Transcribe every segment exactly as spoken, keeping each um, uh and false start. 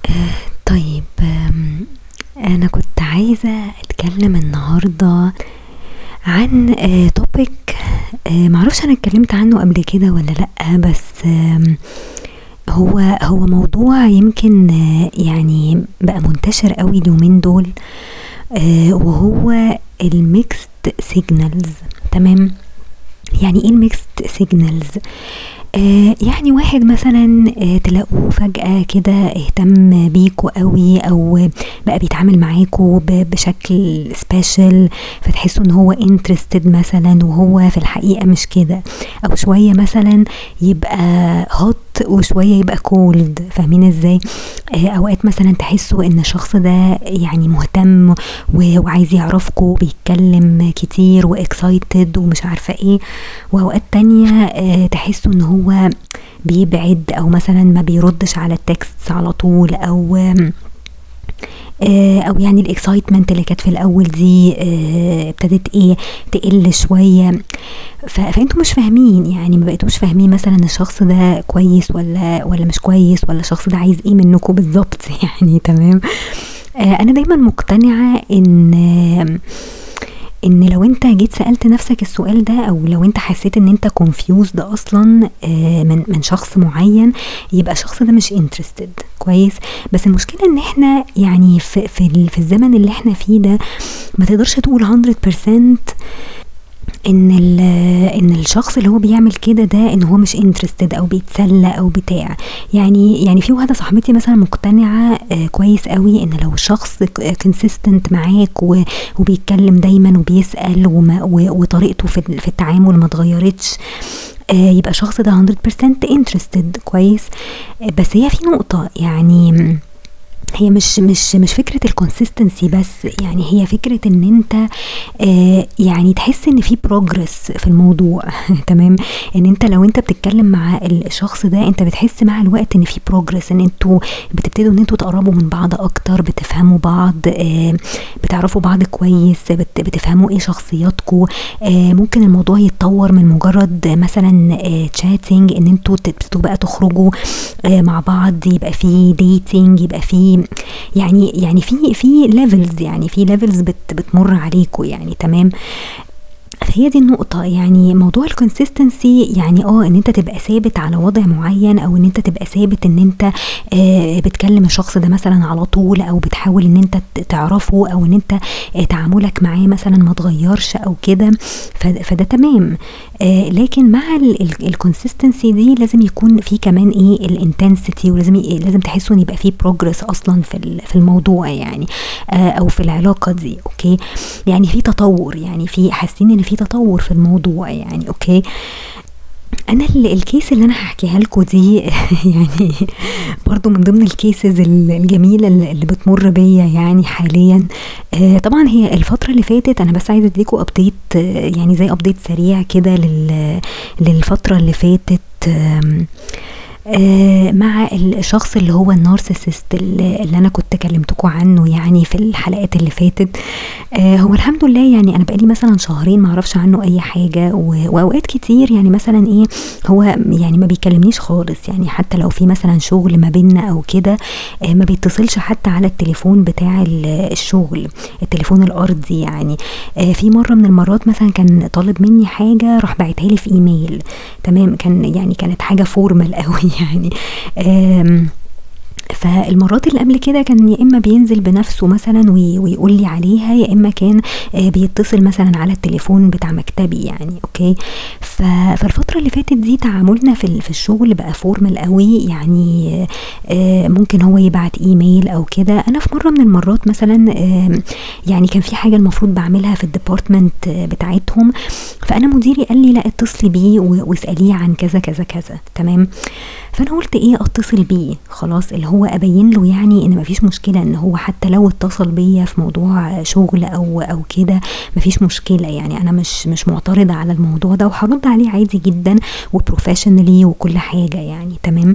آه، طيب آم، أنا كنت عايزة أتكلم النهاردة عن توبيك. معرفش أنا اتكلمت عنه قبل كده ولا لأ، بس آم، هو هو موضوع يمكن آه، يعني بقى منتشر قوي اليومين دول. آه، وهو الميكست سيجنالز. تمام. يعني ايه الميكست سيجنالز؟ آه يعني واحد مثلا آه تلاقوه فجأة كده اهتم بيكوا قوي، او بقى بيتعامل معاكوا ب- بشكل سبيشال، فتحسوا ان هو interested مثلا وهو في الحقيقة مش كده. او شوية مثلا يبقى hot وشوية يبقى cold. فاهمين ازاي؟ آه اوقات مثلا تحسوا ان الشخص ده يعني مهتم و- وعايز يعرفكوا، بيتكلم كتير واكسايتد ومش عارفة ايه. واوقات تانية آه تحسوا ان هو بيبعد، او مثلا ما بيردش على التكست على طول، او آم، آه او يعني الاكسايتمنت اللي كانت في الاول دي آه ابتدت ايه تقل شوية. ف- فانتوا مش فاهمين، يعني ما بقيتوش فاهمين مثلا الشخص ده كويس ولا ولا مش كويس، ولا الشخص ده عايز ايه منكم بالظبط يعني. تمام. آه انا دايما مقتنعة ان آم، ان لو انت جيت سألت نفسك السؤال ده، او لو انت حسيت ان انت confused اصلا آه، من من شخص معين، يبقى الشخص ده مش interested. كويس. بس المشكلة ان احنا يعني في في ال- في الزمن اللي احنا فيه ده، ما تقدرش تقول مية بالمية ان ال- ان الشخص اللي هو بيعمل كده ده ان هو مش انترستد او بيتسلى او بتاع. يعني يعني في واحده صاحبتي مثلا مقتنعه آه، كويس قوي ان لو الشخص كونسيستنت معاك و- وبيتكلم دايما وبيسال وما و- وطريقته في ال- في التعامل ما اتغيرتش، آه، يبقى الشخص ده مية بالمية انترستد. كويس. آه، بس هي في نقطه يعني، هي مش مش مش فكرة الكونسيستنسي بس، يعني هي فكرة ان انت آه يعني تحس ان في بروجرس في الموضوع تمام. ان انت لو انت بتتكلم مع الشخص ده، انت بتحس مع الوقت ان في بروجرس، ان انتوا بتبتدوا ان انتوا تقربوا من بعض اكتر، بتفهموا بعض، آه بتعرفوا بعض كويس، بت بتفهموا ايه شخصياتكم. آه ممكن الموضوع يتطور من مجرد مثلا آه تشاتنج، ان انتوا تبتدوا بقى تخرجوا آه مع بعض، يبقى في ديتنج، يبقى في يعني يعني في في ليفلز، يعني في ليفلز بت بتمر عليكم يعني. تمام. فهي دي النقطة، يعني موضوع الكونسيستنسي، يعني اه ان انت تبقى ثابت على وضع معين، او ان انت تبقى ثابت ان انت آه بتكلم الشخص ده مثلا على طول، او بتحاول ان انت ت- تعرفه، او ان انت آه تعاملك معاه مثلا ما تغيرش او كده. ف- فده تمام. آه لكن مع الكونسيستنسي دي لازم يكون في كمان ايه الانتنسيتي، ولازم ي- لازم تحسوا ان يبقى في بروجرس اصلا في ال- في الموضوع يعني، آه او في العلاقة دي. اوكي. يعني في تطور، يعني في حاسين ان في تطور في الموضوع يعني. اوكي. انا ال- الكيس اللي انا هحكيها لكم دي يعني برضو من ضمن الكيسز ال- الجميله اللي اللي بتمر بيا يعني حاليا. آه طبعا هي الفتره اللي فاتت، انا بس عايزه اديكم ابديت، يعني زي ابديت سريع كده لل للفتره اللي فاتت. آم، آه، مع الشخص اللي هو النارسيسست اللي اللي انا كنت كلمتكم عنه يعني في الحلقات اللي فاتت. آه، هو الحمد لله يعني انا بقالي مثلا شهرين معرفش عنه اي حاجة، و- واوقات كتير يعني مثلا ايه، هو يعني ما بيكلمنيش خالص، يعني حتى لو في مثلا شغل ما بيننا او كده آه، ما بيتصلش حتى على التليفون بتاع ال- الشغل، التليفون الارضي يعني. آه، في مرة من المرات مثلا كان طالب مني حاجة، راح باعتها لي في ايميل. تمام. كان يعني كانت حاجة فورمال قوي يعني. آم، فالمرات اللي قبل كده كان يا اما بينزل بنفسه مثلا وي- ويقول لي عليها، يا اما كان آه، بيتصل مثلا على التليفون بتاع مكتبي يعني. اوكي. ف- فالفتره اللي فاتت دي تعاملنا في ال- في الشغل بقى فورمال قوي يعني. آه، ممكن هو يبعت ايميل او كده. انا في مره من المرات مثلا آم، يعني كان في حاجه المفروض بعملها في الديبارتمنت بتاعتهم، فانا مديري قال لي لا اتصلي بيه و- واساليه عن كذا كذا كذا. تمام. فانا قلت ايه، اتصل بيه خلاص، اللي هو ابين له يعني ان مفيش مشكله، ان هو حتى لو اتصل بيا في موضوع شغل او او كده مفيش مشكله، يعني انا مش مش معترضه على الموضوع ده، وهرد عليه عادي جدا وبروفيشنالي وكل حاجه يعني. تمام.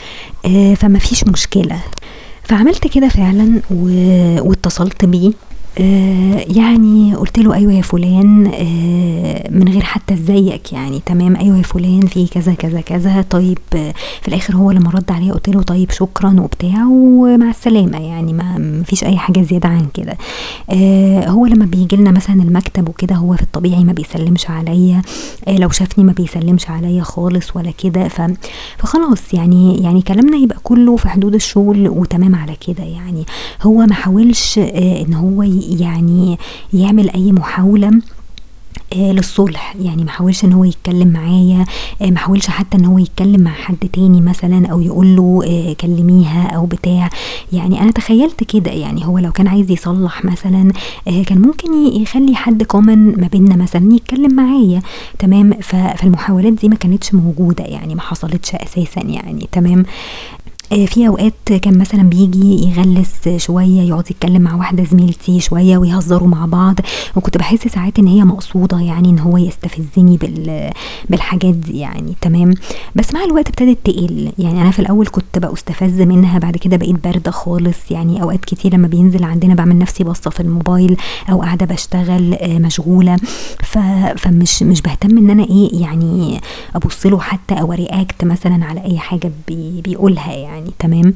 آه فمفيش مشكله. فعملت كده فعلا و... واتصلت بيه. آه يعني قلت له ايوه يا فلان، آه من غير حتى ازيك يعني، تمام ايوه يا فلان في كذا كذا كذا، طيب آه في الاخر هو لما رد عليا قلت له طيب شكرا وبتاع ومع السلامه، يعني ما فيش اي حاجه زياده عن كده. آه هو لما بيجي لنا مثلا المكتب وكده هو في الطبيعي ما بيسلمش عليا، آه لو شافني ما بيسلمش عليا خالص ولا كده، ف فخلاص يعني يعني كلامنا يبقى كله في حدود الشغل وتمام على كده. يعني هو ما حاولش آه ان هو يعني يعمل اي محاولة آه للصلح، يعني ما حاولش ان هو يتكلم معايا، آه ما حاولش حتى ان هو يتكلم مع حد تاني مثلا او يقول له آه كلميها او بتاع. يعني انا تخيلت كده، يعني هو لو كان عايز يصلح مثلا آه كان ممكن يخلي حد كومن ما بيننا مثلا يتكلم معايا، تمام. فالمحاولات دي ما كانتش موجودة، يعني ما حصلتش اساسا يعني، تمام. في اوقات كان مثلا بيجي يغلس شويه، يقعد يتكلم مع واحده زميلتي شويه ويهزروا مع بعض، وكنت بحس ساعات ان هي مقصوده، يعني ان هو يستفزني بال بالحاجات دي يعني، تمام. بس مع الوقت ابتدت تقل، يعني انا في الاول كنت بقى استفز منها، بعد كده بقيت بارده خالص. يعني اوقات كتير لما بينزل عندنا بعمل نفسي باصه في الموبايل او قاعده بشتغل مشغوله، ف... فمش مش بهتم ان انا ايه يعني ابص له حتى او رياكت مثلا على اي حاجه بي... بيقولها يعني، تمام.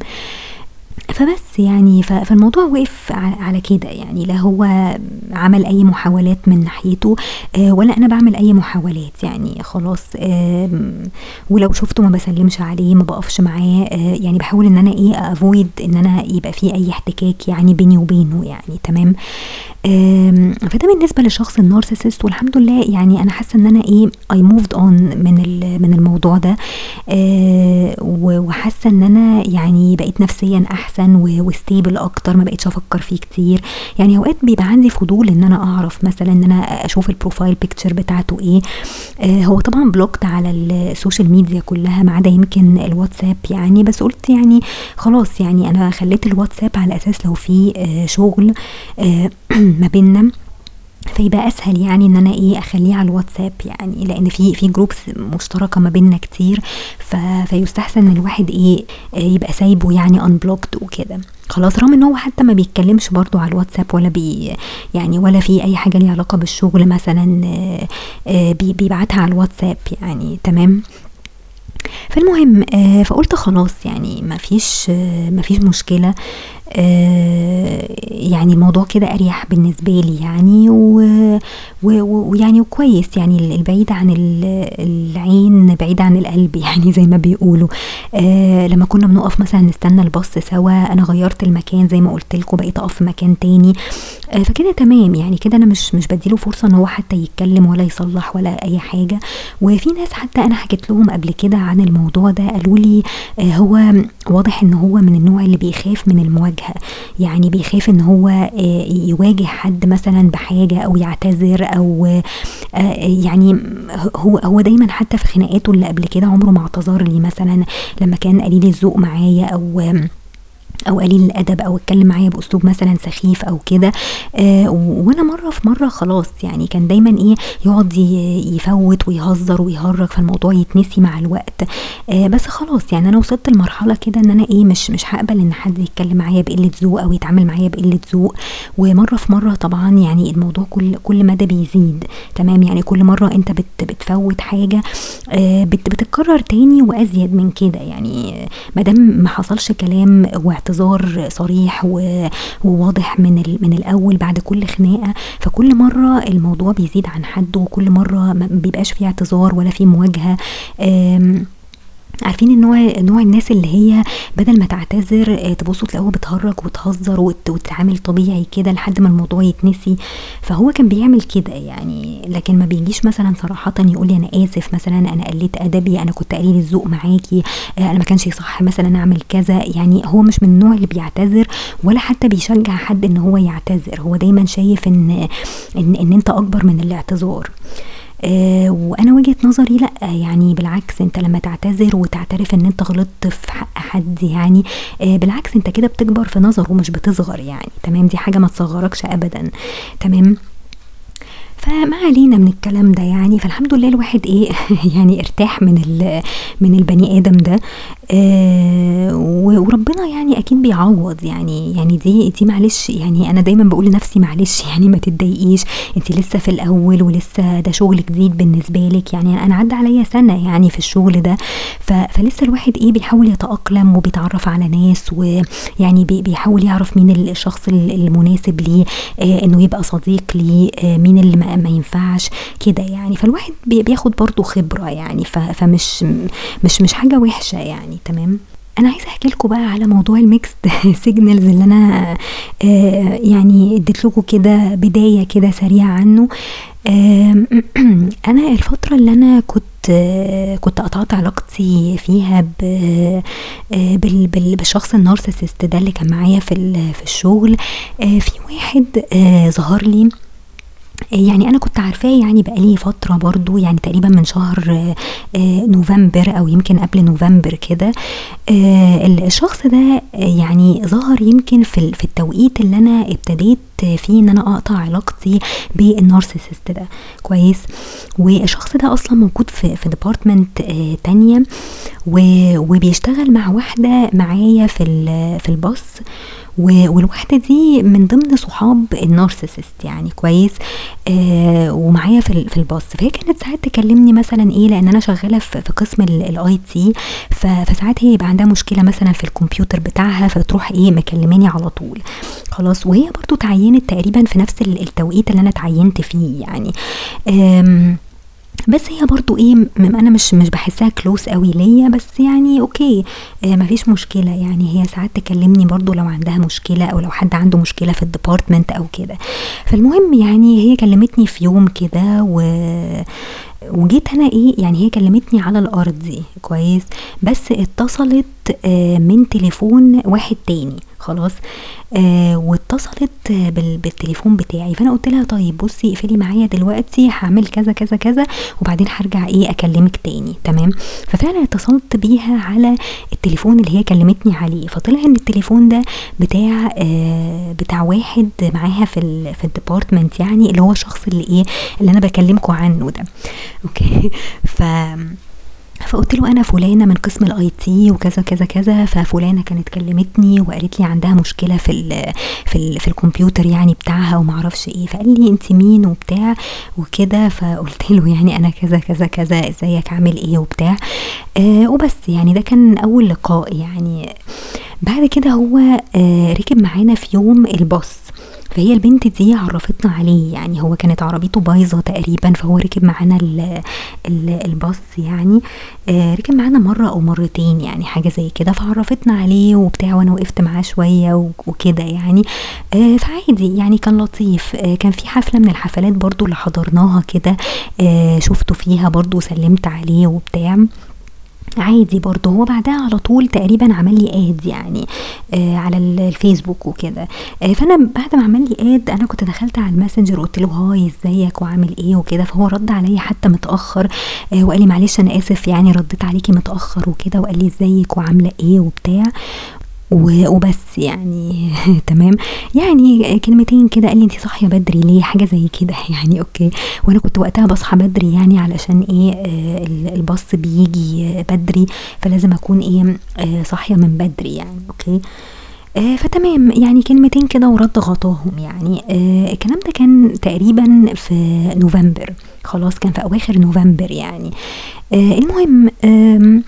فبس يعني فالموضوع وقف على كده، يعني لا هو عمل اي محاولات من ناحيته آه ولا انا بعمل اي محاولات، يعني خلاص. آه ولو شفته ما بسلمش عليه، ما بقفش معاه، آه يعني بحاول ان انا ايه افويد ان انا يبقى فيه اي احتكاك يعني بيني وبينه، يعني تمام. آه فده بالنسبه للشخص النارسيسست، والحمد لله يعني انا حاسه ان انا ايه اي موفد اون من من الموضوع ده، آه وحاسه ان انا يعني بقيت نفسيا احسن وستيبل اكتر، ما بقيتش افكر فيه كتير. يعني اوقات بيبقى عندي فضول ان انا اعرف مثلا ان انا اشوف البروفايل بيكتشر بتاعته ايه. آه هو طبعا بلوكت على السوشيال ميديا كلها ما عدا يمكن الواتساب يعني، بس قلت يعني خلاص، يعني انا خليت الواتساب على اساس لو في آه شغل آه ما بيننا فيبقى اسهل، يعني ان انا ايه اخليه على الواتساب، يعني لان في في جروبس مشتركه ما بيننا كتير، فيستحسن ان الواحد ايه يبقى سايبه يعني unblocked وكده خلاص. رغم ان هو حتى ما بيتكلمش برضو على الواتساب ولا بي يعني ولا في اي حاجه ليها علاقه بالشغل مثلا بيبعتها على الواتساب يعني، تمام. فالمهم آه فقلت خلاص يعني ما فيش آه ما فيش مشكله، آه يعني الموضوع كده اريح بالنسبه لي يعني، ويعني وكويس، يعني البعيد عن العين بعيد عن القلب يعني زي ما بيقولوا. آه لما كنا بنقف مثلا نستنى الباص سوا، انا غيرت المكان زي ما قلت لكم، بقيت اقف في مكان تاني، آه فكده تمام يعني، كده انا مش مش بديله فرصه ان هو حتى يتكلم ولا يصلح ولا اي حاجه. وفي ناس حتى انا حكيت لهم قبل كده عن الموضوع ده قالوا لي آه هو واضح ان هو من النوع اللي بيخاف من المواجهه، يعني بيخاف ان هو آه يواجه حد مثلا بحاجه او يعتذر او آه يعني هو هو دايما حتى في خناقاته اللي قبل كده عمره ما اعتذر لي مثلا لما كان قليل الذوق معايا او او قليل الادب او اتكلم معايا باسلوب مثلا سخيف او كده. آه وانا مره في مره خلاص يعني كان دايما ايه يقعد يفوت ويهزر ويهرج، فالموضوع يتنسي مع الوقت. آه بس خلاص يعني انا وصلت لمرحله كده ان انا ايه مش مش هقبل ان حد يتكلم معايا بقله ذوق او يتعامل معايا بقله ذوق. ومره في مره طبعا يعني الموضوع كل كل مدى بيزيد، تمام. يعني كل مره انت بت بتفوت حاجه آه بت بتتكرر تاني وازيد من كده، يعني ما دام ما حصلش كلام واعتذار صريح وواضح من من الاول بعد كل خناقه، فكل مره الموضوع بيزيد عن حده، وكل مره ما بيبقاش فيه اعتذار ولا فيه مواجهه. عارفين النوع نوع الناس اللي هي بدل ما تعتذر تبصوا تلاقوها بتهرج وتهزر وتتعامل طبيعي كده لحد ما الموضوع يتنسي. فهو كان بيعمل كده يعني، لكن ما بيجيش مثلا صراحه يقول لي انا اسف مثلا، انا قلت ادبي، انا كنت قليل الذوق معاكي، انا ما كانش صح مثلا اعمل كذا. يعني هو مش من النوع اللي بيعتذر ولا حتى بيشجع حد ان هو يعتذر، هو دايما شايف ان ان, إن انت اكبر من الاعتذار. آه وانا وجهة نظري لا، يعني بالعكس انت لما تعتذر وتعترف ان انت غلطت في حق حد يعني آه بالعكس انت كده بتكبر في نظره ومش بتصغر يعني، تمام. دي حاجة ما تصغركش ابدا، تمام. فما علينا من الكلام ده يعني. فالحمد لله الواحد ايه يعني ارتاح من ال من البني ادم ده. آه و- وربنا يعني اكيد بيعوض يعني. يعني دي دي معلش يعني، انا دايما بقول لنفسي معلش يعني ما تتضايقيش، انت لسه في الاول ولسه ده شغل جديد بالنسبه لك. يعني انا عدى عليا سنه يعني في الشغل ده، ف- فلسه الواحد ايه بيحاول يتاقلم وبيتعرف على ناس، ويعني بي- بيحاول يعرف مين الشخص ال- المناسب ليه، آه انه يبقى صديق ليه، آه مين اللي ما, ما ينفعش كده يعني. فالواحد بي- بياخد برضو خبره يعني، ف- فمش مش مش حاجه وحشه يعني. تمام. انا عايزه احكي لكم بقى على موضوع الميكس سيجنالز اللي انا آه يعني اديت لكم كده بدايه كده سريعه عنه. آم، انا الفتره اللي انا كنت آه، كنت قطعت علاقتي فيها ب آه، بال- بال- بالشخص النارسيسست ده اللي كان معايا في ال- في الشغل. آه، في واحد آه، ظهر لي. يعني انا كنت عارفاه يعني بقالي فتره برضو، يعني تقريبا من شهر آه، آه، نوفمبر او يمكن قبل نوفمبر كده. آه، الشخص ده آه، يعني ظهر يمكن في ال- في التوقيت اللي انا ابتديت فيه ان انا اقطع علاقتي بالنارسيسست ده. كويس. والشخص ده اصلا موجود في في ديبارتمنت تانية، و- وبيشتغل مع واحده معايا في ال- في الباص. و- والواحدة دي من ضمن صحاب النارسيسست يعني. كويس. آه ومعايا في ال- في الباص. فهي كانت ساعات تكلمني مثلا ايه، لان انا شغاله في في قسم الاي تي، فساعات هي يبقى عندها مشكله مثلا في الكمبيوتر بتاعها، فتروح ايه مكلماني على طول. خلاص. وهي برضو تعينت تقريبا في نفس ال- التوقيت اللي انا اتعينت فيه يعني. آم بس هي برضو ايه م- انا مش مش بحسها كلوس قوي ليا، بس يعني اوكي. آه مفيش مشكله يعني. هي ساعات تكلمني برضو لو عندها مشكله، او لو حد عنده مشكله في الديبارتمنت او كده. فالمهم يعني هي كلمتني في يوم كده، و وجيت انا ايه يعني، هي كلمتني على الارضي. كويس. بس اتصلت آه من تليفون واحد تاني. خلاص. آه واتصلت آه بال- بالتليفون بتاعي. فانا قلت لها طيب بصي اقفلي معايا دلوقتي، هعمل كذا كذا كذا، وبعدين هرجع ايه اكلمك تاني. تمام. ففعلا اتصلت بيها على التليفون اللي هي كلمتني عليه. فطلع ان التليفون ده بتاع آه بتاع واحد معاها في ال في الديبارتمنت يعني، اللي هو الشخص اللي ايه اللي انا بكلمكم عنه ده. اوكي. ف فقلت له انا فلانه من قسم الاي تي وكذا كذا كذا. ففلانه كانت كلمتني وقالت لي عندها مشكله في ال في ال في الكمبيوتر يعني بتاعها وما اعرفش ايه. فقال لي انت مين وبتاع وكده. فقلت له يعني انا كذا كذا كذا، ازيك عامل ايه وبتاع. آه وبس يعني ده كان اول لقاء يعني. بعد كده هو آه ركب معانا في يوم الباص. فهي البنت دي عرفتنا عليه يعني. هو كانت عربيته بايظه تقريبا، فهو ركب معانا ال- ال- الباص يعني. آه ركب معانا مره او مرتين يعني، حاجه زي كده. فعرفتنا عليه وبتاع، وانا وقفت معاه شويه و- وكده يعني. آه فعادي يعني، كان لطيف. آه كان في حفله من الحفلات برضو اللي حضرناها كده، آه شفته فيها برضو وسلمت عليه وبتاع. عادي برضه. هو بعدها على طول تقريبا عمل لي اد يعني آه على ال- الفيسبوك وكده. آه فانا بعد ما عمل لي اد، انا كنت دخلت على الماسنجر وقلت له هاي ازيك وعامل ايه وكده. فهو رد عليا حتى متاخر، آه وقال لي معلش انا اسف يعني رديت عليكي متاخر وكده، وقال لي ازيك وعامله ايه وبتاع و- وبس يعني. تمام. يعني كلمتين كده. قال لي انت صاحيه بدري ليه، حاجه زي كده يعني. اوكي. وانا كنت وقتها بصحى بدري يعني، علشان ايه آه ال- الباص بيجي آه، بدري، فلازم اكون ايه آه صاحيه من بدري يعني. اوكي. آه فتمام يعني، كلمتين كده ورد غطاهم يعني. آه الكلام ده كان تقريبا في نوفمبر. خلاص. كان في اواخر نوفمبر يعني. آه المهم آم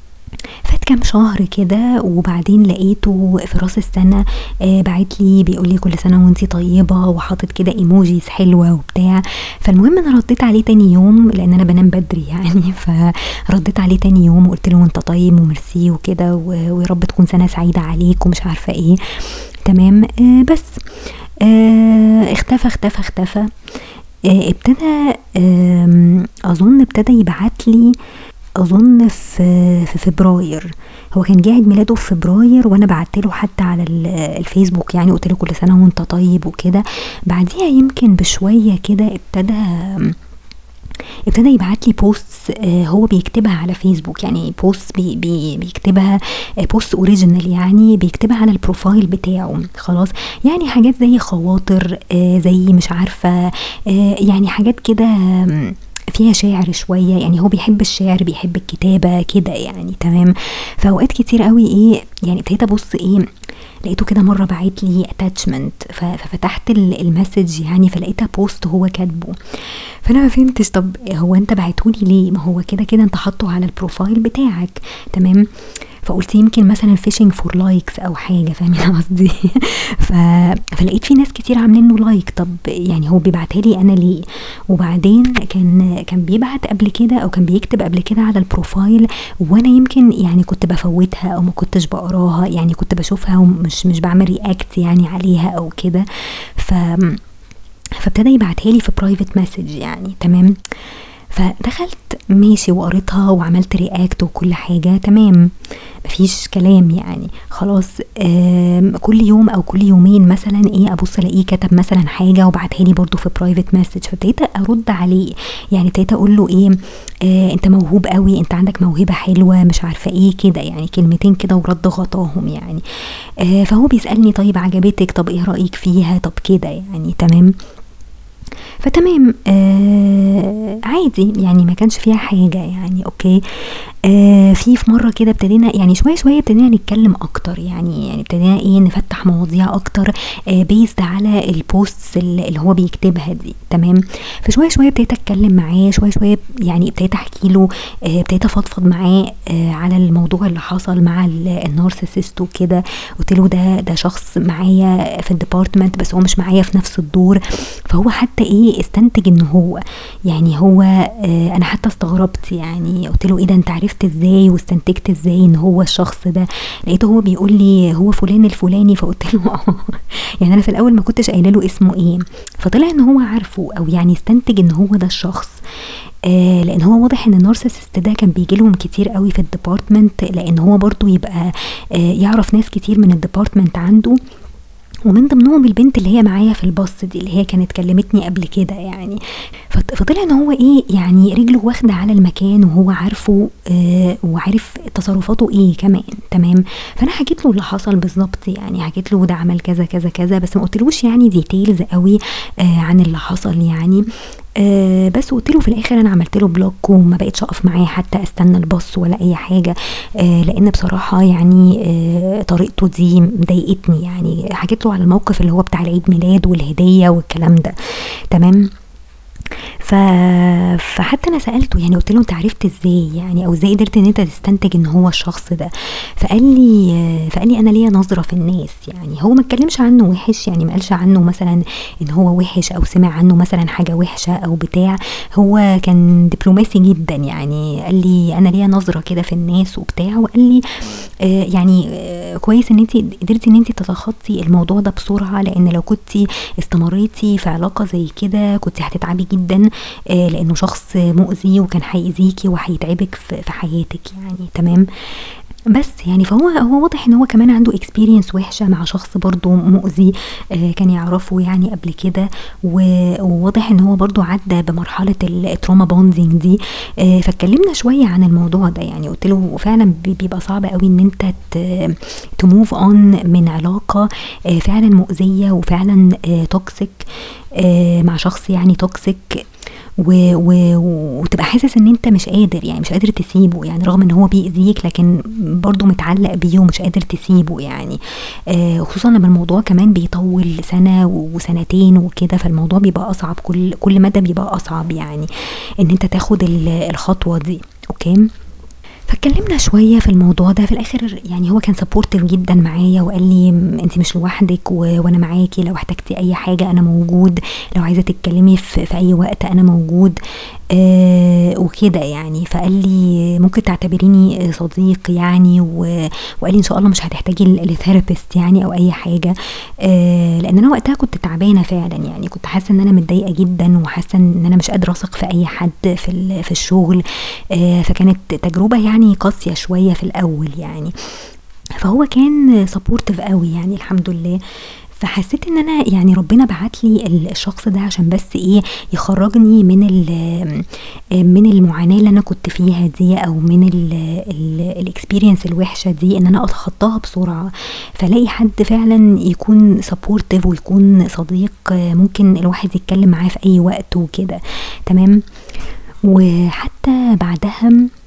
فات كام شهر كده، وبعدين لقيته في راس السنة آه بعت لي بيقول لي كل سنة وانتي طيبة، وحاطط كده ايموجيز حلوة وبتاع. فالمهم انا رديت عليه تاني يوم، لان انا بنام بدري يعني. فرديت عليه تاني يوم وقلت له انت طيب وميرسي وكده، و- ويا رب تكون سنة سعيدة عليك ومش عارفة ايه. تمام. آه بس آه اختفى اختفى اختفى. آه ابتدى آم، اظن ابتدى يبعت لي اظن في في فبراير. هو كان جه عيد ميلاده في فبراير، وانا بعت له حتى على ال- الفيسبوك يعني، قلت له كل سنه وانت طيب وكده. بعديها يمكن بشويه كده ابتدى ابتدى يبعت لي بوست هو بيكتبها على فيسبوك، يعني بوست بي بي بيكتبها بوست اوريجينال، يعني بيكتبها على البروفايل بتاعه خلاص. يعني حاجات زي خواطر، آه، زي مش عارفة، آه، يعني حاجات كده آم، فيها شعر شوية، يعني هو بيحب الشعر، بيحب الكتابة كده يعني. تمام. فاوقات كتير قوي ايه يعني ابتديت ابص ايه، لقيته كده مرة بعت لي اتاتشمنت، ففتحت ال- المسج يعني، فلقيتها بوست هو كاتبه. فانا ما فهمتش، طب هو انت بعتهولي ليه؟ ما هو كده كده انت حاطه على البروفايل بتاعك. تمام. فقلت يمكن مثلا فيشنج فور لايكس او حاجه، فاهمين قصدي؟ ف... فلقيت في ناس كتير عاملين له لايك، طب يعني هو بيبعتها لي انا ليه؟ وبعدين كان كان بيبعت قبل كده او كان بيكتب قبل كده على البروفايل، وانا يمكن يعني كنت بفوتها او ما كنتش بقراها، يعني كنت بشوفها ومش مش بعمل رياكت يعني عليها او كده. ف فابتدى يبعتها لي في برايفت مسج يعني. تمام. فدخلت ماشي وقريتها وعملت رياكت وكل حاجة تمام، مفيش كلام يعني خلاص. آم، كل يوم او كل يومين مثلا ايه ابص الاقيه كتب مثلا حاجة وبعتها لي برضو في برايفت مسج، فابتديت ارد عليه يعني، ابتديت اقول له ايه، آه انت موهوب قوي، انت عندك موهبة حلوة، مش عارفة ايه كده يعني، كلمتين كده ورد غطاهم يعني. آه فهو بيسألني طيب عجبتك، طب ايه رأيك فيها، طب كده يعني. تمام. فتمام، آه عادي يعني، ما كانش فيها حاجة يعني. اوكي. آه في في مرة كده ابتدينا يعني شوية شوية ابتدينا نتكلم اكتر يعني، يعني ابتدينا ايه نفتح مواضيع اكتر، آه بيزد على البوستس اللي اللي هو بيكتبها دي. تمام. فشوية شوية ابتديت اتكلم معاه، شوية شوية يعني ابتديت احكي له، آه ابتديت افضفض معاه آه على الموضوع اللي حصل مع ال- النارسيسست وكده. قلت له ده ده شخص معايا في الديبارتمنت، بس هو مش معايا في نفس الدور. فهو حتى ايه استنتج ان هو يعني هو آه انا حتى استغربت يعني، قلت له ايه ده انت عرفت ازاي واستنتجت ازاي ان هو الشخص ده؟ لقيته هو بيقول لي هو فلان الفلاني، فقلت له اه. يعني انا في الاول ما كنتش قايله له اسمه ايه، فطلع ان هو عارفه او يعني استنتج ان هو ده الشخص. آه لان هو واضح ان النارسيسست ده كان بيجي لهم كتير قوي في الديبارتمنت، لان هو برضو يبقى آه يعرف ناس كتير من الديبارتمنت عنده، ومن ضمنهم البنت اللي هي معايا في الباص دي اللي هي كانت كلمتني قبل كده يعني. فط- فطلع ان هو ايه يعني رجله واخده على المكان وهو عارفه، آه وعارف تصرفاته ايه كمان. تمام. فانا حكيت له اللي حصل بالظبط يعني، حكيت له ده عمل كذا كذا كذا، بس ما قلتلوش يعني ديتيلز قوي آه عن اللي حصل يعني. آه بس قلت له في الاخر انا عملت له بلوك وما بقتش اقف معاه حتى استنى الباص ولا اي حاجه، آه لان بصراحه يعني آه طريقته دي مضايقتني يعني. حكيت له على الموقف اللي هو بتاع العيد ميلاد والهديه والكلام ده. تمام. ف... فحتى انا سالته يعني، قلت له انت عرفت ازاي يعني، او ازاي قدرت ان انت تستنتج ان هو الشخص ده؟ فقال لي فقال لي انا ليا نظره في الناس يعني. هو ما اتكلمش عنه وحش يعني، ما قالش عنه مثلا ان هو وحش او سمع عنه مثلا حاجه وحشه او بتاع، هو كان دبلوماسي جدا يعني. قال لي انا ليا نظره كده في الناس وبتاع، وقال لي آه يعني آه كويس ان انت قدرتي ان انت تتخطي الموضوع ده بسرعه، لان لو كنتي استمريتي في علاقه زي كده كنت هتتعبي جدا، آه لانه شخص مؤذي وكان هيأذيكي وهيتعبك في في حياتك يعني. تمام. بس يعني فهو هو واضح ان هو كمان عنده اكسبيرينس وحشه مع شخص برضو مؤذي، آه كان يعرفه يعني قبل كده، و- وواضح ان هو برضو عدى بمرحله التروما بوندينج دي. آه فاتكلمنا شويه عن الموضوع ده يعني. قلت له فعلا بي- بيبقى صعب قوي ان انت تموف اون من علاقه آه فعلا مؤذيه وفعلا آه توكسيك، آه مع شخص يعني توكسيك، و... و... وتبقى حاسس ان انت مش قادر يعني، مش قادر تسيبه يعني، رغم ان هو بيأذيك لكن برضو متعلق بيه ومش قادر تسيبه يعني. آه خصوصا لما الموضوع كمان بيطول سنة وسنتين وكده، فالموضوع بيبقى اصعب، كل كل مدى بيبقى اصعب يعني ان انت تاخد ال- الخطوة دي. اوكي. فاتكلمنا شويه في الموضوع ده في الاخر يعني. هو كان سبورتيف جدا معايا وقال لي انت مش لوحدك، و... وانا معاكي لو احتجتي اي حاجه انا موجود، لو عايزه تتكلمي في, في اي وقت انا موجود، آه وكده يعني. فقال لي ممكن تعتبريني صديق يعني، و... وقال لي ان شاء الله مش هتحتاجي الثيرابيست يعني او اي حاجه، آه لان انا وقتها كنت تعبانه فعلا يعني، كنت حاسه ان انا متضايقه جدا وحاسه ان انا مش قادره اثق في اي حد في ال... في الشغل. آه فكانت تجربه يعني قاسيه شويه في الاول يعني. فهو كان سبورتيف قوي يعني الحمد لله. فحسيت ان انا يعني ربنا بعت لي الشخص ده عشان بس ايه يخرجني من من المعاناة اللي انا كنت فيها دي، او من الاكسبيرينس الوحشة دي، ان انا اتخطاها بسرعة. فلاقي حد فعلا يكون سبورتيف ويكون صديق ممكن الواحد يتكلم معاه في اي وقت وكده. تمام. وحتى بعدها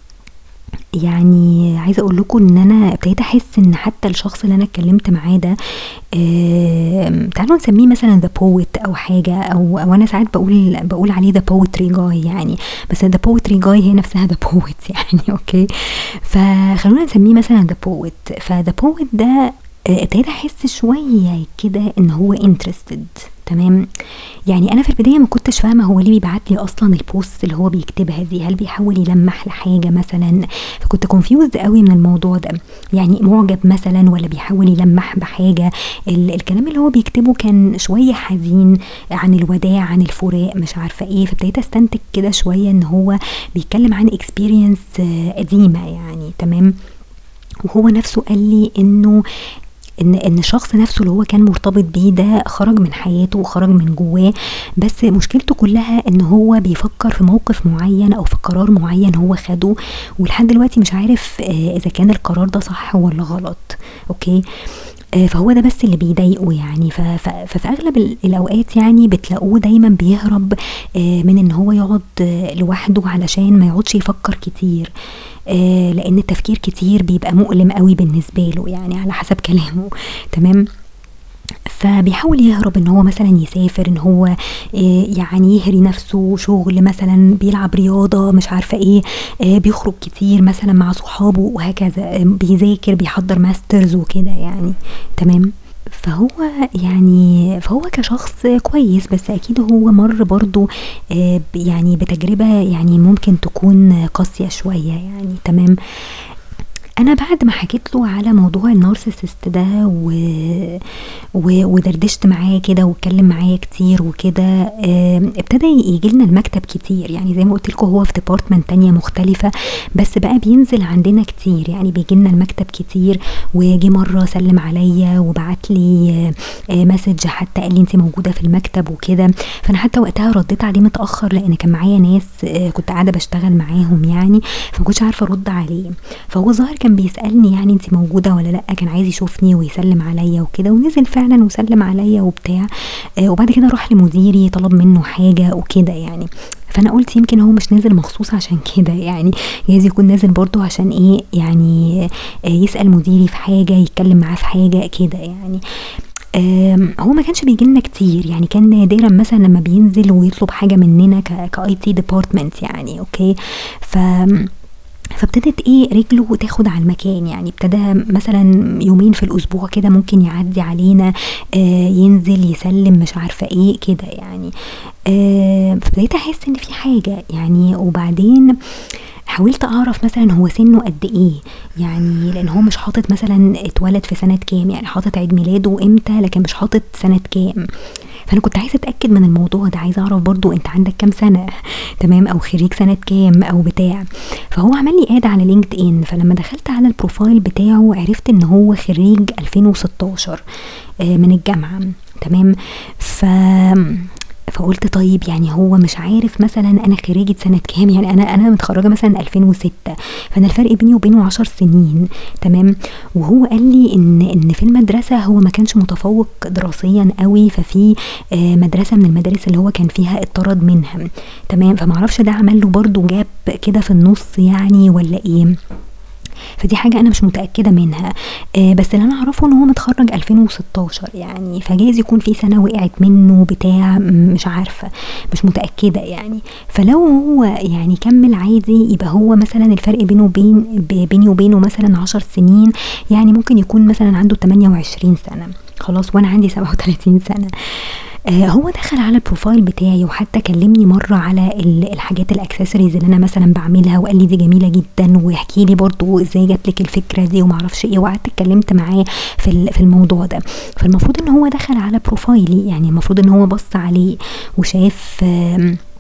يعني عايزه اقول لكم ان انا ابتديت احس ان حتى الشخص اللي انا اتكلمت معاه ده آه تعالوا نسميه مثلا ذا بويت او حاجه، او او انا ساعات بقول بقول عليه ذا بويتري جاي يعني، بس ذا بويتري جاي هي نفسها ذا بويت يعني. اوكي، فخلونا نسميه مثلا ذا بويت. فذا بويت ده ابتديت احس شويه كده ان هو انترستد. تمام. يعني انا في البدايه ما كنتش فاهمه هو ليه بيبعت لي اصلا البوست اللي هو بيكتبها دي، هل بيحاول يلمح لحاجه مثلا؟ فكنت كونفيوزد قوي من الموضوع ده، يعني معجب مثلا ولا بيحاول يلمح بحاجه؟ الكلام اللي هو بيكتبه كان شويه حزين عن الوداع، عن الفراق، مش عارفه ايه. فابتديت استنتج كده شويه ان هو بيتكلم عن اكسبيرينس قديمه يعني. تمام. وهو نفسه قال لي انه ان ان الشخص نفسه اللي هو كان مرتبط بيه ده خرج من حياته وخرج من جواه، بس مشكلته كلها ان هو بيفكر في موقف معين او في قرار معين هو خده، ولحد دلوقتي مش عارف اذا كان القرار ده صح ولا غلط. اوكي، فهو ده بس اللي بيضايقه يعني. ففي اغلب الاوقات يعني بتلاقوه دايما بيهرب من ان هو يقعد لوحده علشان ما يقعدش يفكر كتير، لان التفكير كتير بيبقى مؤلم قوي بالنسبه له يعني على حسب كلامه. تمام. فبيحاول يهرب ان هو مثلا يسافر، ان هو يعني يهري نفسه شغل مثلا، بيلعب رياضة، مش عارفة ايه، بيخرج كتير مثلا مع صحابه وهكذا، بيذاكر، بيحضر ماسترز وكده يعني. تمام. فهو يعني فهو كشخص كويس، بس اكيد هو مر برضو يعني بتجربة يعني ممكن تكون قاسية شوية يعني. تمام. انا بعد ما حكيت له على موضوع النارسيسست ده و... و... ودردشت معاه كده واتكلم معايا كتير وكده، اه... ابتدى يجي لنا المكتب كتير يعني. زي ما قلت لكم هو في ديبارتمنت تانية مختلفة، بس بقى بينزل عندنا كتير يعني، بيجي لنا المكتب كتير. وجي مرة سلم عليا وبعت لي اه... مسج، حتى قال لي انت موجودة في المكتب وكده. فانا حتى وقتها رديت عليه متأخر لان كان معايا ناس اه... كنت قاعدة بشتغل معاهم يعني، فما كنتش عارفة ارد عليه. فهو ظاهر كان بيسألني يعني انت موجودة ولا لا، كان عايز يشوفني ويسلم عليا وكده، ونزل فعلا وسلم عليا وبتاع. آه وبعد كده راح لمديري طلب منه حاجة وكده يعني. فانا قلت يمكن هو مش نازل مخصوص عشان كده يعني، جايز يكون نازل برضو عشان ايه يعني، آه يسأل مديري في حاجة، يتكلم معاه في حاجة كده يعني. هو ما كانش بيجي لنا كتير يعني، كان نادرا مثلا لما بينزل ويطلب حاجة مننا كاي تي ديبارتمنت يعني. اوكي، ف فابتدت ايه رجله تاخد على المكان يعني. ابتدى مثلا يومين في الاسبوع كده ممكن يعدي علينا، آه ينزل يسلم، مش عارفة ايه كده يعني. آه فابتديت احس ان في حاجة يعني. وبعدين حاولت اعرف مثلا هو سنه قد ايه يعني، لان هو مش حاطط مثلا اتولد في سنة كام يعني، حاطط عيد ميلاده امتى لكن مش حاطط سنة كام. فانا كنت عايزه اتاكد من الموضوع ده، عايزه اعرف برضو انت عندك كام سنه، تمام، او خريج سنه كام او بتاع. فهو عمل لي اد على لينكد ان، فلما دخلت على البروفايل بتاعه عرفت ان هو خريج ألفين وستاشر من الجامعه. تمام. ف فقلت طيب يعني هو مش عارف مثلا انا خريجة سنة كام يعني، انا انا متخرجة مثلا ألفين وستة، فانا الفرق بيني وبينه عشر سنين. تمام. وهو قال لي ان ان في المدرسة هو ما كانش متفوق دراسيا قوي، ففي آه مدرسة من المدارس اللي هو كان فيها اتطرد منها. تمام. فمعرفش ده عمل له برضو جاب كده في النص يعني ولا ايه، فدي حاجة انا مش متأكدة منها. آه بس اللي انا اعرفه ان هو متخرج ألفين وستاشر يعني، فجايز يكون في سنة وقعت منه بتاع، مش عارفة، مش متأكدة يعني. فلو هو يعني كمل عادي يبقى هو مثلا الفرق بينه وبين بيني وبينه مثلا عشر سنين يعني، ممكن يكون مثلا عنده تمانية وعشرين سنة خلاص، وانا عندي سبعة وتلاتين سنة. آه هو دخل على البروفايل بتاعي وحتى كلمني مرة على الحاجات الاكسسوارز اللي انا مثلا بعملها، وقال لي دي جميلة جدا، ويحكي لي برضو ازاي جات لك الفكرة دي ومعرفش ايه. وقعدت اتكلمت معاه في في الموضوع ده. فالمفروض ان هو دخل على بروفايلي يعني، المفروض ان هو بص عليه وشاف آه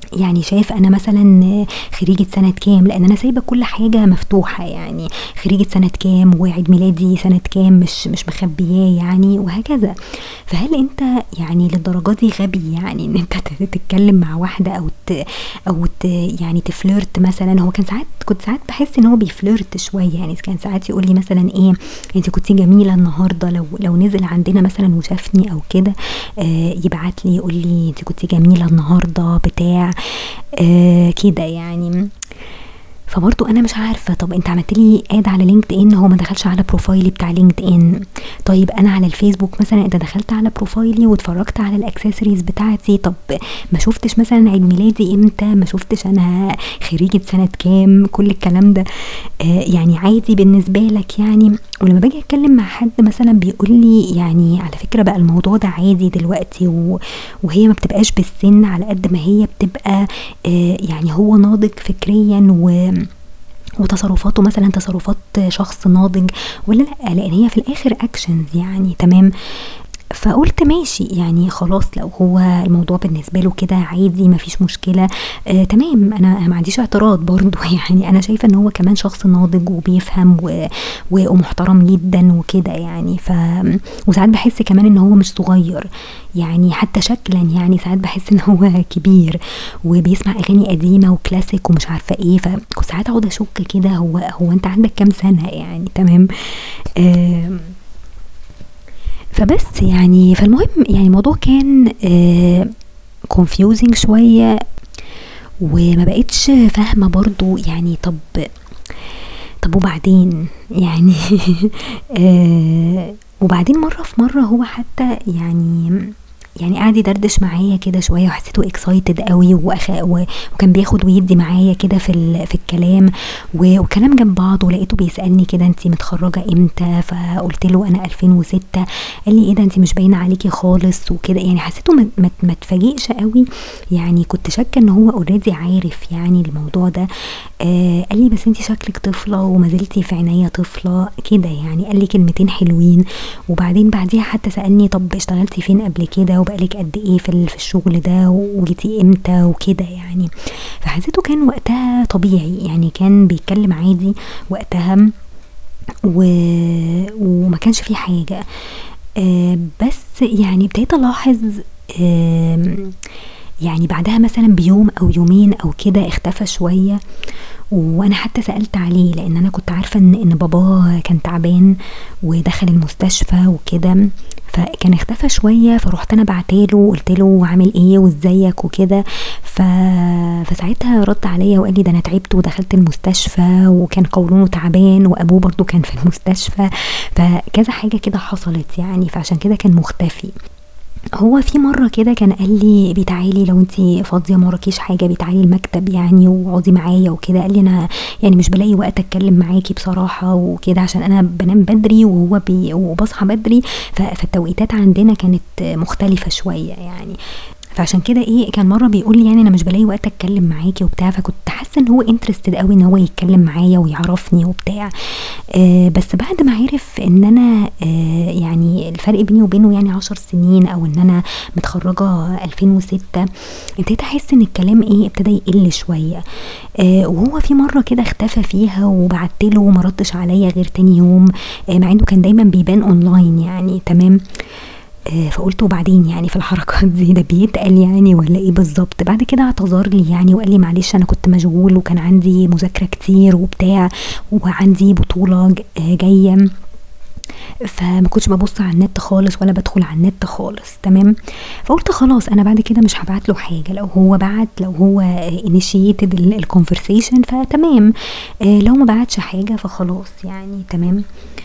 يعني شايف انا مثلا خريجة سنة كام، لان انا سايبة كل حاجة مفتوحة، يعني خريجة سنة كام وعيد ميلادي سنة كام مش مش مخبياه يعني، وهكذا. فهل انت يعني للدرجة دي غبي يعني ان انت ت- تتكلم مع واحدة او ت او ت يعني تفلرت مثلا؟ هو كان ساعات كنت ساعات بحس ان هو بيفلرت شوية، يعني كان ساعات يقول لي مثلا ايه، انت كنتي جميلة النهاردة، لو لو نزل عندنا مثلا وشافني او كده، آه يبعت لي يقول لي انت كنتي جميلة النهاردة بتاع آه كده يعني. فبرضه انا مش عارفه، طب انت عملت لي اد على لينكد ان، هو ما دخلش على بروفايلي بتاع لينكد ان. طيب انا على الفيسبوك مثلا، انت دخلت على بروفايلي واتفرجت على الاكسسوارز بتاعتي، طب ما شفتش مثلا عيد ميلادي امتى، ما شفتش انا خريجة سنة كام، كل الكلام ده آه يعني عادي بالنسبه لك يعني. ولما باجي اتكلم مع حد مثلا بيقول لي يعني على فكره بقى الموضوع ده عادي دلوقتي، و... وهي ما بتبقاش بالسن على قد ما هي بتبقى آه يعني هو ناضج فكريا و وتصرفاته مثلا تصرفات شخص ناضج ولا لا، لان هي في الاخر اكشنز يعني. تمام. فقلت ماشي يعني خلاص، لو هو الموضوع بالنسبه له كده عادي مفيش مشكله، آه تمام، انا أنا ما عنديش اعتراض برضو يعني انا شايفه ان هو كمان شخص ناضج وبيفهم و... و... ومحترم جدا وكده يعني. ف وساعات بحس كمان ان هو مش صغير يعني، حتى شكلا يعني ساعات بحس ان هو كبير وبيسمع اغاني قديمه وكلاسيك ومش عارفه ايه، فكنت ساعات اقعد اشك كده، هو هو انت عندك كام سنه يعني؟ تمام. آه فبس يعني فالمهم يعني الموضوع كان آه confusing شوية، وما بقتش فاهمة برضو يعني. طب طب وبعدين يعني آه وبعدين مرة في مرة هو حتى يعني يعني قعد يدردش معايا كده شويه، وحسيته اكسايتد قوي وأخ... و... وكان بياخد ويدي معايا كده في ال... في الكلام و... وكلام جنب بعض. ولقيته بيسالني كده انتي متخرجه امتى، فقلت له انا ألفين وستة. قال لي ايه ده انتي مش باينه عليكي خالص وكده يعني. حسيته ما ما ما اتفاجئش قوي يعني، كنت شاكه ان هو اوريدي عارف يعني الموضوع ده. آه قال لي بس انتي شكلك طفله وما زلتي في عينيا طفله كده يعني. قال لي كلمتين حلوين، وبعدين بعديها حتى سالني طب اشتغلتي فين قبل كده، وبقالك قد ايه في في الشغل ده، وجيتي امتى وكده يعني. فحسيته كان وقتها طبيعي يعني، كان بيتكلم عادي وقتها و... وما كانش فيه حاجه. آه بس يعني ابتديت الاحظ آه يعني بعدها مثلا بيوم او يومين او كده اختفى شويه. وانا حتى سألت عليه لان انا كنت عارفة ان ان باباه كان تعبان ودخل المستشفى وكده، فكان اختفى شوية. فروحت انا بعتاله وقلت له عامل ايه وازيك وكده. ف... فساعتها رد عليا وقال لي ده انا تعبت ودخلت المستشفى، وكان قولونه تعبان، وابوه برضو كان في المستشفى، فكذا حاجة كده حصلت يعني، فعشان كده كان مختفي. هو في مرة كده كان قال لي بتعالي لو انتي فاضية ما وراكيش حاجة بتعالي المكتب يعني واقعدي معايا وكده. قال لي انا يعني مش بلاقي وقت اتكلم معاكي بصراحة وكده، عشان انا بنام بدري وهو بي وبصحى بدري، ف- فالتوقيتات عندنا كانت مختلفة شوية يعني. فعشان كده ايه كان مره بيقول لي يعني انا مش بلاقي وقت اتكلم معاكي وبتاع، فكنت حاسه ان هو انترستد قوي ان هو يتكلم معايا ويعرفني وبتاع. آه بس بعد ما عرف ان انا آه يعني الفرق بيني وبينه يعني عشر سنين، او ان انا متخرجه ألفين وستة، ابتديت احس ان الكلام ايه ابتدى يقل شويه. آه وهو في مره كده اختفى فيها وبعتله وما ردش عليا غير تاني يوم، آه مع انه كان دايما بيبان اونلاين يعني. تمام. آه فقلت وبعدين يعني في الحركات دي ده بيتقل يعني ولا ايه بالظبط؟ بعد كده اعتذر لي يعني وقال لي معلش انا كنت مشغول وكان عندي مذاكره كتير وبتاع، وعندي بطوله ج- آه، جايه، فما كنتش ببص على النت خالص ولا بدخل على النت خالص. تمام. فقلت خلاص انا بعد كده مش هبعت له حاجه، لو هو بعت لو هو initiated الكونفرسيشن فتمام، آه لو ما بعتش حاجه فخلاص يعني. تمام.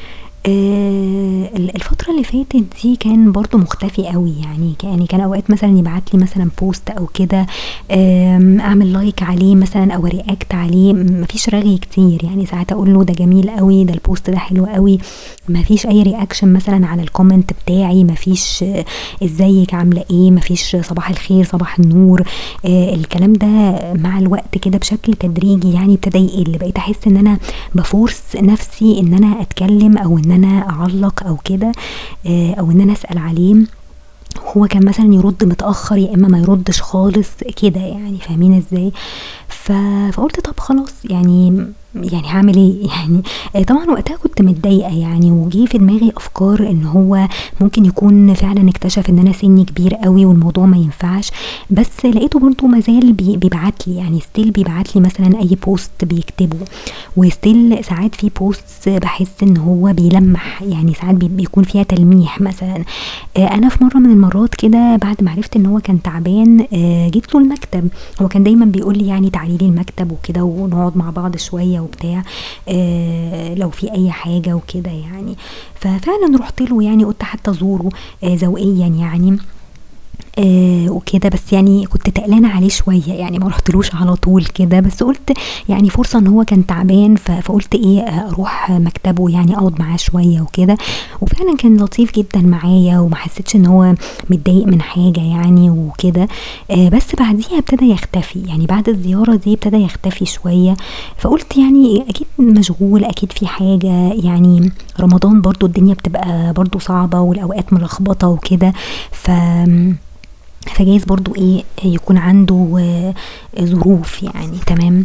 آه ال- الفترة اللي فاتت دي كان برضو مختفي قوي يعني، ك- يعني كان اوقات مثلا يبعت لي مثلا بوست او كده، آم، اعمل لايك عليه مثلا او رياكت عليه، م- مفيش رغي كتير يعني. ساعات اقول له ده جميل قوي، ده البوست ده حلو قوي، مفيش اي رياكشن مثلا على الكومنت بتاعي، مفيش آه، ازيك عامله ايه، مفيش صباح الخير صباح النور. آه الكلام ده مع الوقت كده بشكل تدريجي يعني ابتدى يقل. بقيت احس ان انا بفورس نفسي ان انا اتكلم او ان انا اعلق او كده، آه، او ان انا اسال عليه. هو كان مثلا يرد متاخر يا اما ما يردش خالص كده يعني، فاهمين ازاي؟ ف... فقلت طب خلاص يعني يعني هعمل ايه يعني. آه، طبعا وقتها كنت متضايقه يعني، وجي في دماغي افكار ان هو ممكن يكون فعلا اكتشف ان انا سني كبير قوي والموضوع ما ينفعش. بس لقيته برضو مازال بي بيبعت لي يعني، ستيل بيبعت لي مثلا اي بوست بيكتبه، وستيل ساعات في بوست بحس ان هو بيلمح يعني، ساعات بي بيكون فيها تلميح مثلا. آه، انا في مره من المرات كده بعد ما عرفت ان هو كان تعبان، آه، جيت له المكتب. هو كان دايما بيقول لي يعني تعالي لي المكتب وكده ونقعد مع بعض شويه وبتاع، آه لو في اي حاجه وكده يعني. ففعلا رحت له يعني، قلت حتى ازوره آه ذوقيا يعني، آه وكده. بس يعني كنت تقلانة عليه شوية يعني، ما رحتلوش على طول كده، بس قلت يعني فرصة ان هو كان تعبان، ف- فقلت ايه، آه، اروح مكتبه يعني اقعد معاه شوية وكده. وفعلا كان لطيف جدا معايا، وما حسيتش ان هو متضايق من حاجة يعني وكده. آه بس بعديها ابتدى يختفي يعني، بعد الزيارة دي ابتدى يختفي شوية. فقلت يعني اكيد مشغول، اكيد في حاجة يعني. رمضان برضو الدنيا بتبقى برضو صعبة والاوقات ملخبطة وكده. ف فجايز برضو ايه يكون عنده آه، ظروف يعني. تمام.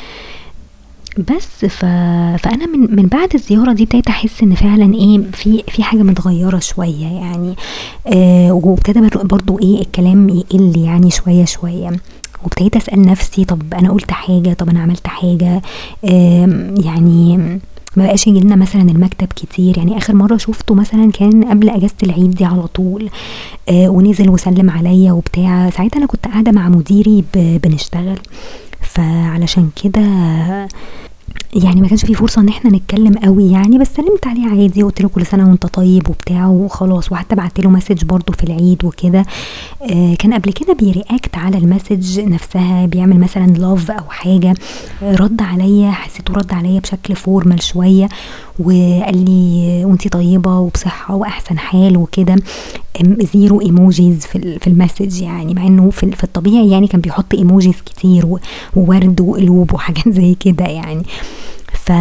بس ف... فانا من من بعد الزياره دي ابتديت احس ان فعلا ايه، في في حاجه متغيره شويه يعني. آه وابتدى بر- برضو ايه الكلام يقل يعني شويه شويه. وابتديت اسال نفسي طب انا قلت حاجه، طب انا عملت حاجه؟ آم، يعني ما بقاش يجي لنا مثلا المكتب كتير يعني. اخر مره شفته مثلا كان قبل اجازه العيد دي على طول، آه ونزل وسلم عليا وبتاع. ساعتها انا كنت قاعده مع مديري ب- بنشتغل، فعلشان كده يعني ما كانش في فرصة ان احنا نتكلم قوي يعني. بس سلمت عليه عادي، قلت له كل سنة وانت طيب وبتاع وخلاص. وحتى بعت له مسج برضو في العيد وكده. آه كان قبل كده بيرياكت على المسج نفسها، بيعمل مثلا لاف او حاجة. آه رد عليا، حسيته رد عليا بشكل فورمال شوية، وقال لي وانتي طيبة وبصحة واحسن حال وكده. ام- زيرو ايموجيز في ال- في المسج يعني، مع انه في ال- في الطبيعي يعني كان بيحط ايموجيز كتير و- وورد وقلوب وحاجات زي كده يعني. ف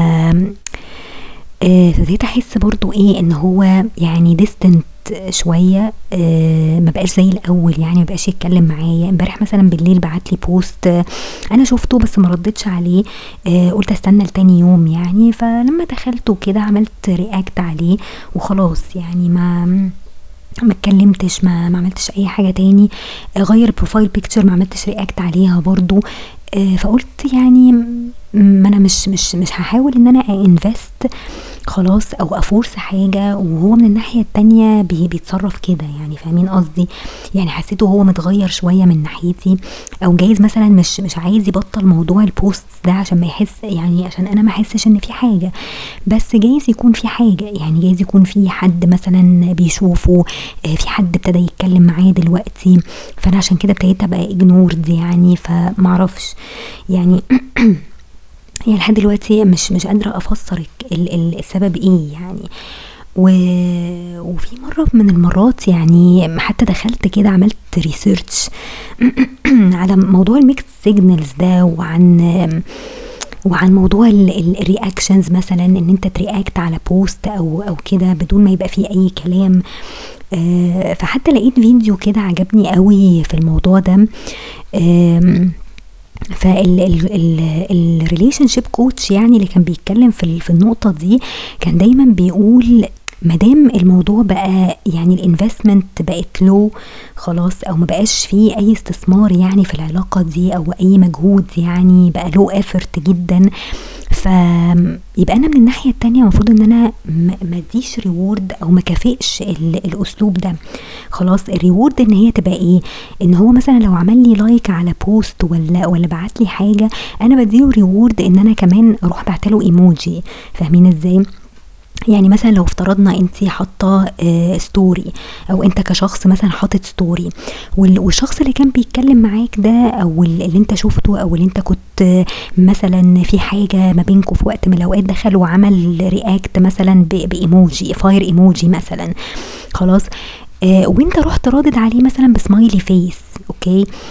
آه، فبقيت احس برضو ايه ان هو يعني ديستنت شويه. آه ما بقاش زي الاول يعني، ما بقاش يتكلم معايا. امبارح مثلا بالليل بعت لي بوست، آه انا شفته بس ما ردتش عليه. آه قلت استنى لتاني يوم يعني. فلما دخلت وكده عملت رياكت عليه وخلاص يعني، ما ما اتكلمتش، ما ما عملتش اي حاجه تاني. آه، غير بروفايل بيكتشر ما عملتش رياكت عليها برضو. آه، فقلت يعني م- ما انا مش مش مش هحاول ان انا انفست خلاص او افورس حاجه، وهو من الناحيه التانية بي بيتصرف كده يعني. فاهمين قصدي؟ يعني حسيته هو متغير شويه من ناحيتي، او جايز مثلا مش مش عايز يبطل موضوع البوست ده عشان ما يحس يعني، عشان انا ما احسش ان في حاجه. بس جايز يكون في حاجه يعني، جايز يكون في حد مثلا بيشوفه، آه، في حد ابتدى يتكلم معاه دلوقتي. فانا عشان كده ابتديت ابقى اجنورد يعني، فمعرفش يعني. يعني لحد دلوقتي مش مش قادرة افسر ال- ال- السبب ايه يعني. و... وفي مرة من المرات يعني حتى دخلت كده عملت ريسيرش على موضوع الميكس سيجنالز ده، وعن وعن موضوع الرياكشنز مثلا، ان انت ترياكت على بوست او او كده بدون ما يبقى فيه اي كلام. آه، فحتى لقيت فيديو كده عجبني قوي في الموضوع ده. آم، فالريليشن شيب كوتش يعني اللي كان بيتكلم في ال- في النقطة دي، كان دايما بيقول مادام الموضوع بقى يعني الانفستمنت بقت لو خلاص، او ما بقاش فيه اي استثمار يعني في العلاقة دي، او اي مجهود يعني بقى لو افورت جدا، فيبقى انا من الناحية التانية المفروض ان انا م- ما اديش ريورد او ما كافئش ال- الاسلوب ده. خلاص الريورد ان هي تبقى ايه، ان هو مثلا لو عمل لي لايك على بوست ولا ولا بعت لي حاجة، انا بديله ريورد ان انا كمان اروح بعتله ايموجي. فاهمين ازاي؟ يعني مثلا لو افترضنا انت حاطه آه ستوري، او انت كشخص مثلا حاطط ستوري، وال- والشخص اللي كان بيتكلم معاك ده، او ال- اللي انت شفته، او اللي انت كنت آه، مثلا في حاجه ما بينكم في وقت من الاوقات، دخل وعمل رياكت مثلا ب- بايموجي، فاير ايموجي مثلا. خلاص. آه وانت رحت رادد عليه مثلا بسمايلي فيس، اوكي.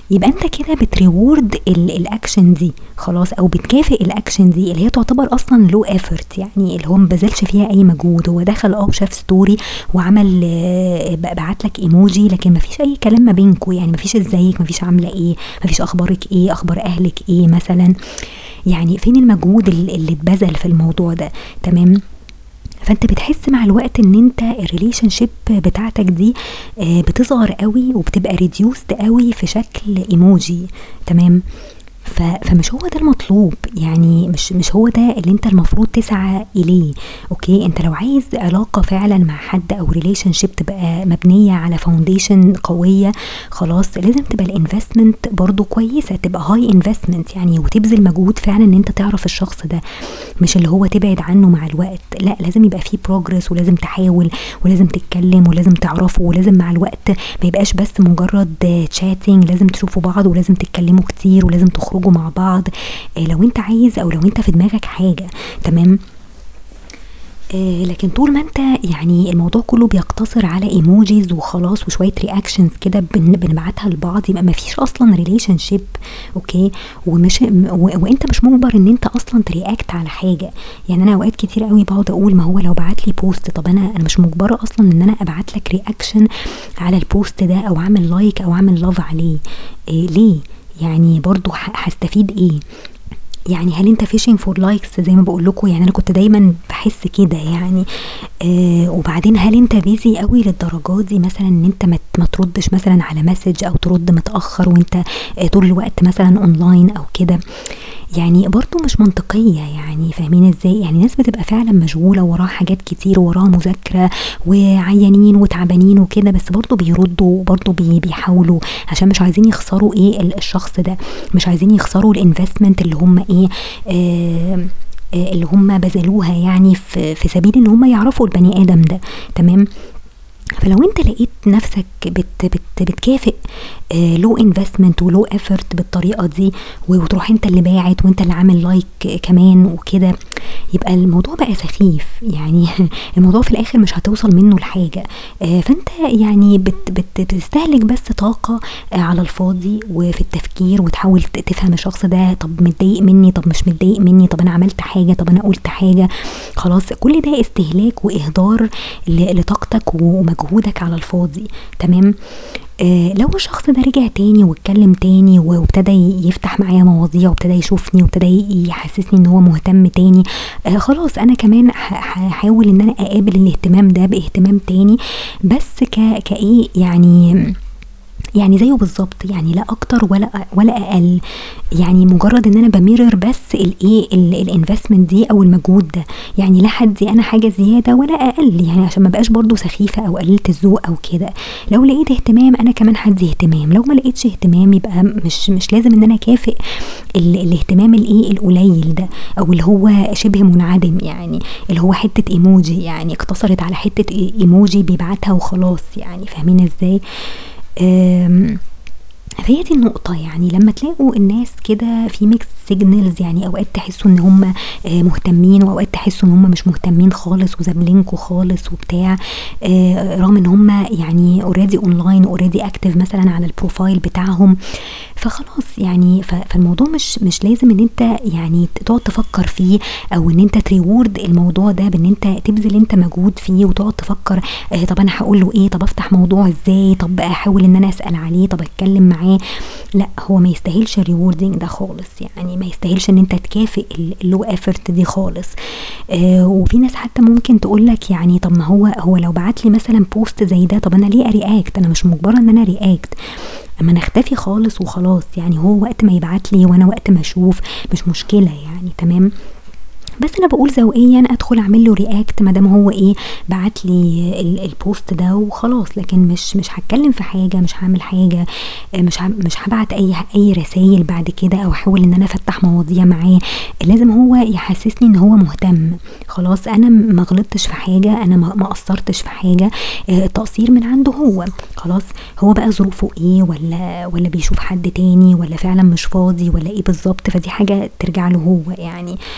يبقى انت كده بتريورد الاكشن دي خلاص، او بتكافئ الاكشن دي اللي هي تعتبر اصلا لو افورت، يعني اللي هو مبذلش فيها اي مجهود. هو دخل اه شاف ستوري وعمل بعت لك ايموجي، لكن مفيش اي كلام ما بينكم، يعني مفيش ازيك، مفيش عامله ايه، مفيش اخبارك ايه، اخبار اهلك ايه مثلا. يعني فين المجهود اللي اتبذل في الموضوع ده؟ تمام. فانت بتحس مع الوقت ان انت الريليشن شيب بتاعتك دي بتصغر قوي وبتبقى ريديوست قوي في شكل ايموجي. تمام. فمش هو ده المطلوب، يعني مش مش هو ده اللي انت المفروض تسعى اليه. اوكي، انت لو عايز علاقه فعلا مع حد او ريليشن شيب تبقى مبنيه على فاونديشن قويه، خلاص لازم تبقى الانفستمنت برضو كويسه، تبقى هاي انفستمنت يعني، وتبذل مجهود فعلا ان انت تعرف الشخص ده، مش اللي هو تبعد عنه مع الوقت. لا، لازم يبقى فيه بروجرس، ولازم تحاول، ولازم تتكلم، ولازم تعرفه، ولازم مع الوقت ما يبقاش بس مجرد تشاتنج، لازم تشوفوا بعض ولازم تتكلموا كتير ولازم تخرجوا مع بعض لو انت عايز، او لو انت في دماغك حاجة. تمام. آه لكن طول ما انت يعني الموضوع كله بيقتصر على ايموجيز وخلاص وشويه رياكشنز كده بن بنبعتها لبعض، يبقى ما فيش اصلا ريليشن شيب. اوكي، ومش و... وانت مش مجبر ان انت اصلا ترياكت على حاجه. يعني انا اوقات كتير قوي بقعد اقول ما هو لو بعت لي بوست، طب انا انا مش مجبره اصلا ان انا ابعت لك رياكشن على البوست ده او اعمل لايك او اعمل لاف عليه. آه ليه؟ يعني برضو هستفيد ايه؟ يعني هل انت فيشنج فور لايكس زي ما بقول لكم؟ يعني انا كنت دايما بحس كده يعني. آه وبعدين هل انت بيزي قوي للدرجات دي مثلا ان انت ما, ما تردش مثلا على مسج، او ترد متاخر وانت آه طول الوقت مثلا اونلاين او كده؟ يعني برضو مش منطقية، يعني فاهمين ازاي؟ يعني ناس بتبقى فعلا مشغولة وراها حاجات كتير وراها مذاكرة وعيانين وتعبانين وكده، بس برضو بيردوا، برضو بي بيحاولوا عشان مش عايزين يخسروا ايه الشخص ده، مش عايزين يخسروا الانفستمنت اللي هم ايه آه اللي هم بذلوها يعني في, في سبيل ان هم يعرفوا البني ادم ده. تمام. فلو انت لقيت نفسك بت بت بتكافئ لو انفستمنت ولو افورت بالطريقه دي، وتروح انت اللي باعت وانت اللي عامل لايك كمان وكده، يبقى الموضوع بقى سخيف يعني. الموضوع في الاخر مش هتوصل منه لحاجه. فانت يعني بت بت بتستهلك بس طاقه على الفاضي وفي التفكير، وتحاول تفهم الشخص ده، طب متضايق مني، طب مش متضايق مني، طب انا عملت حاجه، طب انا قلت حاجه. خلاص كل ده استهلاك واهدار لطاقتك ومجهودك على الفاضي. تمام. آه لو الشخص ده رجع تاني واتكلم تاني وابتدى يفتح معايا مواضيع وابتدى يشوفني وابتدى يحسسني ان هو مهتم تاني، آه خلاص انا كمان هحاول ان انا اقابل الاهتمام ده باهتمام تاني، بس ك كايه يعني يعني زيه بالظبط، يعني لا اكتر ولا ولا اقل. يعني مجرد ان انا بميرر بس الايه الانفستمنت دي او المجهود ده، يعني لا حدي انا حاجه زياده ولا اقل، يعني عشان ما بقاش برضو سخيفه او قليله الذوق او كده. لو لقيت اهتمام انا كمان حدي اهتمام، لو ما لقيتش اهتمام يبقى مش مش لازم ان انا كافئ الاهتمام الايه القليل ده، او اللي هو شبه منعدم، يعني اللي هو حته ايموجي، يعني اقتصرت على حته ايموجي بيبعتها وخلاص. يعني فاهمين ازاي؟ فهي دي النقطة. يعني لما تلاقوا الناس كده في ميكس سيجنالز، يعني اوقات تحسوا ان هم مهتمين واوقات تحسوا ان هم مش مهتمين خالص وزابلينكوا خالص وبتاع، رغم ان هم يعني اوريدي اونلاين اوريدي اكتف مثلا على البروفايل بتاعهم. فخلاص يعني فالموضوع مش مش لازم ان انت يعني تقعد تفكر فيه، او ان انت تريورد الموضوع ده بان انت تبذل انت مجهود فيه وتقعد تفكر طب انا هقول له ايه، طب افتح موضوع ازاي، طب احاول ان انا اسال عليه، طب اتكلم معاه. لا، هو ما يستاهلش الريوردنج ده خالص، يعني ما يستاهلش ان انت تكافئ اللو افورت دي خالص. آه وفي ناس حتى ممكن تقولك يعني طب ما هو هو لو بعت لي مثلا بوست زي ده، طب انا ليه ارياكت؟ انا مش مجبره ان انا رياكت، اما انا اختفي خالص وخلاص، يعني هو وقت ما يبعت لي وانا وقت ما اشوف مش مشكله يعني. تمام. بس انا بقول ذوقيا ادخل اعمل له رياكت ما دام هو ايه بعت لي البوست ده وخلاص، لكن مش مش هتكلم في حاجه، مش هعمل حاجه، مش مش هبعت اي اي رسائل بعد كده، او احاول ان انا افتح مواضيع معاه. لازم هو يحسسني ان هو مهتم. خلاص انا ما غلطتش في حاجه، انا ما قصرتش في حاجه، التقصير من عنده هو. خلاص هو بقى ظروفه ايه، ولا ولا بيشوف حد تاني، ولا فعلا مش فاضي، ولا ايه بالظبط، فدي حاجه ترجع له هو يعني.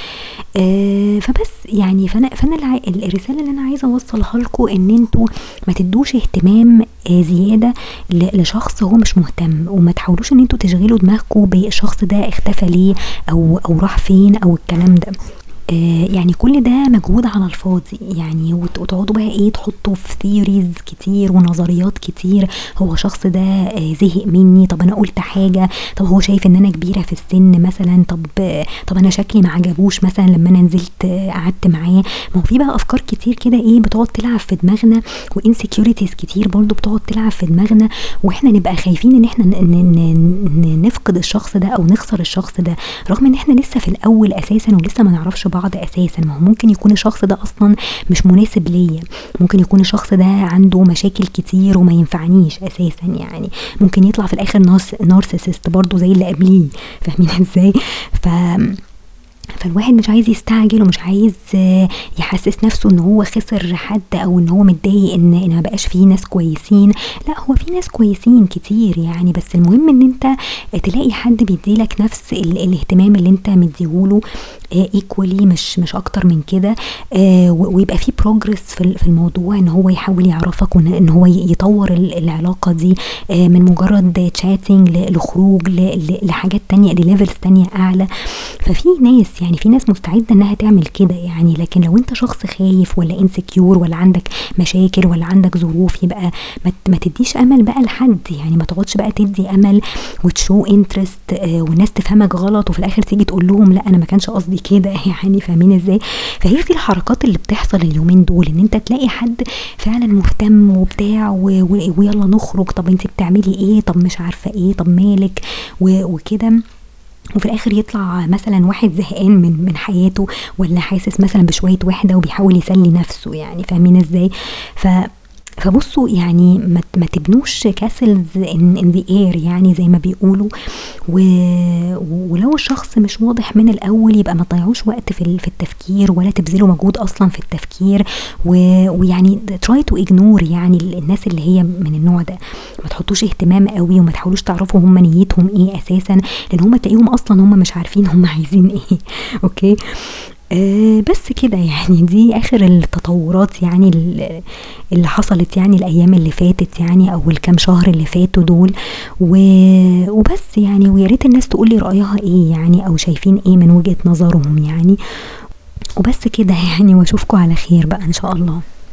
آه فبس يعني فانا فانا الع- الرساله اللي انا عايزه اوصلها لكم ان انتوا ما تدوش اهتمام آه زياده ل- لشخص هو مش مهتم، وما تحاولوش ان انتوا تشغلوا دماغكم بالشخص ده اختفى ليه او او راح فين او الكلام ده. آه، يعني كل ده مجهود على الفاضي يعني، وت- وتقعدوا بقى ايه تحطوا في ثيوريز كتير ونظريات كتير. هو الشخص ده آه، زهق مني، طب انا قلت حاجة، طب هو شايف ان انا كبيرة في السن مثلا، طب آه، طب انا شكلي ما عجبوش مثلا لما انا نزلت آه، قعدت معاه. ما هو في بقى افكار كتير كده ايه بتقعد تلعب في دماغنا، وانسكيورتيز كتير برضو بتقعد تلعب في دماغنا، واحنا نبقى خايفين ان احنا ن- ن- ن- ن- نفقد الشخص ده او نخسر الشخص ده، رغم ان احنا لسه في الاول اساسا ولسه ما نعرفش بعض اساسا. ما هو ممكن يكون الشخص ده اصلا مش مناسب ليا، ممكن يكون الشخص ده عنده مشاكل كتير وما ينفعنيش اساسا يعني، ممكن يطلع في الاخر نارس نارسيسست برضو زي اللي قبليه. فاهمين ازاي؟ ف فالواحد مش عايز يستعجل، ومش عايز آه، يحسس نفسه ان هو خسر حد، او ان هو متضايق ان ان ما بقاش فيه ناس كويسين. لا، هو في ناس كويسين كتير يعني، بس المهم ان انت تلاقي حد بيديلك نفس ال- الاهتمام اللي انت مديهوله ايكوالي، مش مش اكتر من كده. آه، و- ويبقى في بروجرس في ال- في الموضوع، ان هو يحاول يعرفك، وان إن هو ي- يطور ال- العلاقه دي آه، من مجرد تشاتنج لخروج ل- ل- لحاجات تانية، لليفلز تانية اعلى. ففي ناس يعني في ناس مستعده انها تعمل كده يعني. لكن لو انت شخص خايف ولا انسكيور ولا عندك مشاكل ولا عندك ظروف، يبقى ما ت- ما تديش امل بقى لحد يعني. ما تقعدش بقى تدي امل وتشو انترست والناس تفهمك غلط، وفي الاخر تيجي تقول لهم لا انا ما كانش قصدي كده يعني. فاهمين ازاي؟ فهي دي الحركات اللي بتحصل اليومين دول، ان انت تلاقي حد فعلا مهتم وبتاع و- و- ويلا نخرج، طب انت بتعملي ايه، طب مش عارفه ايه، طب مالك و- وكده. وفي الاخر يطلع مثلا واحد زهقان من من حياته، ولا حاسس مثلا بشويه وحده وبيحاول يسلي نفسه يعني. فاهمين ازاي؟ ف فبصوا يعني ما ت- ما تبنوش كاسلز ان ان ذا اير يعني زي ما بيقولوا. و... ولو الشخص مش واضح من الاول، يبقى ما تضيعوش وقت في ال- في التفكير، ولا تبذلوا مجهود اصلا في التفكير. و... ويعني try to ignore يعني ال- الناس اللي هي من النوع ده. ما تحطوش اهتمام قوي، وما تحاولوش تعرفوا هم نيتهم ايه اساسا، لان هم تلاقيهم اصلا هم مش عارفين هم عايزين ايه. اوكي. آه بس كده يعني، دي اخر التطورات يعني ال- اللي حصلت يعني الايام اللي فاتت يعني، او الكام شهر اللي فاتوا دول. و- وبس يعني، ويا ريت الناس تقولي رأيها ايه يعني، او شايفين ايه من وجهة نظرهم يعني. وبس كده يعني، واشوفكم على خير بقى ان شاء الله.